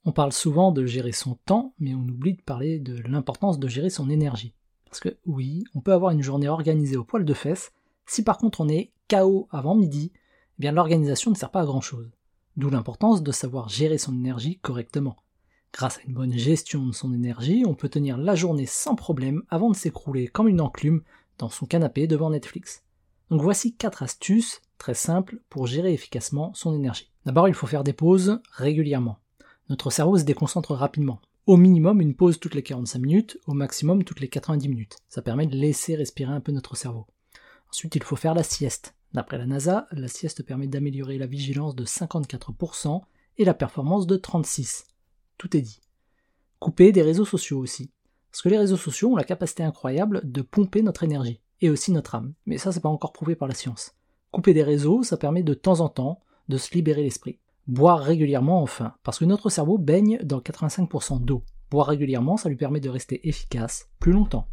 On parle souvent de gérer son temps, mais on oublie de parler de l'importance de gérer son énergie. Parce que oui, on peut avoir une journée organisée au poil de fesses, si par contre on est KO avant midi, eh bien l'organisation ne sert pas à grand chose. D'où l'importance de savoir gérer son énergie correctement. Grâce à une bonne gestion de son énergie, on peut tenir la journée sans problème avant de s'écrouler comme une enclume dans son canapé devant Netflix. Donc voici 4 astuces très simples pour gérer efficacement son énergie. D'abord, il faut faire des pauses régulièrement. Notre cerveau se déconcentre rapidement. Au minimum, une pause toutes les 45 minutes, au maximum toutes les 90 minutes. Ça permet de laisser respirer un peu notre cerveau. Ensuite, il faut faire la sieste. D'après la NASA, la sieste permet d'améliorer la vigilance de 54% et la performance de 36%. Tout est dit. Couper des réseaux sociaux aussi. Parce que les réseaux sociaux ont la capacité incroyable de pomper notre énergie, et aussi notre âme. Mais ça, c'est pas encore prouvé par la science. Couper des réseaux, ça permet de temps en temps de se libérer l'esprit. Boire régulièrement enfin, parce que notre cerveau baigne dans 85% d'eau. Boire régulièrement, ça lui permet de rester efficace plus longtemps.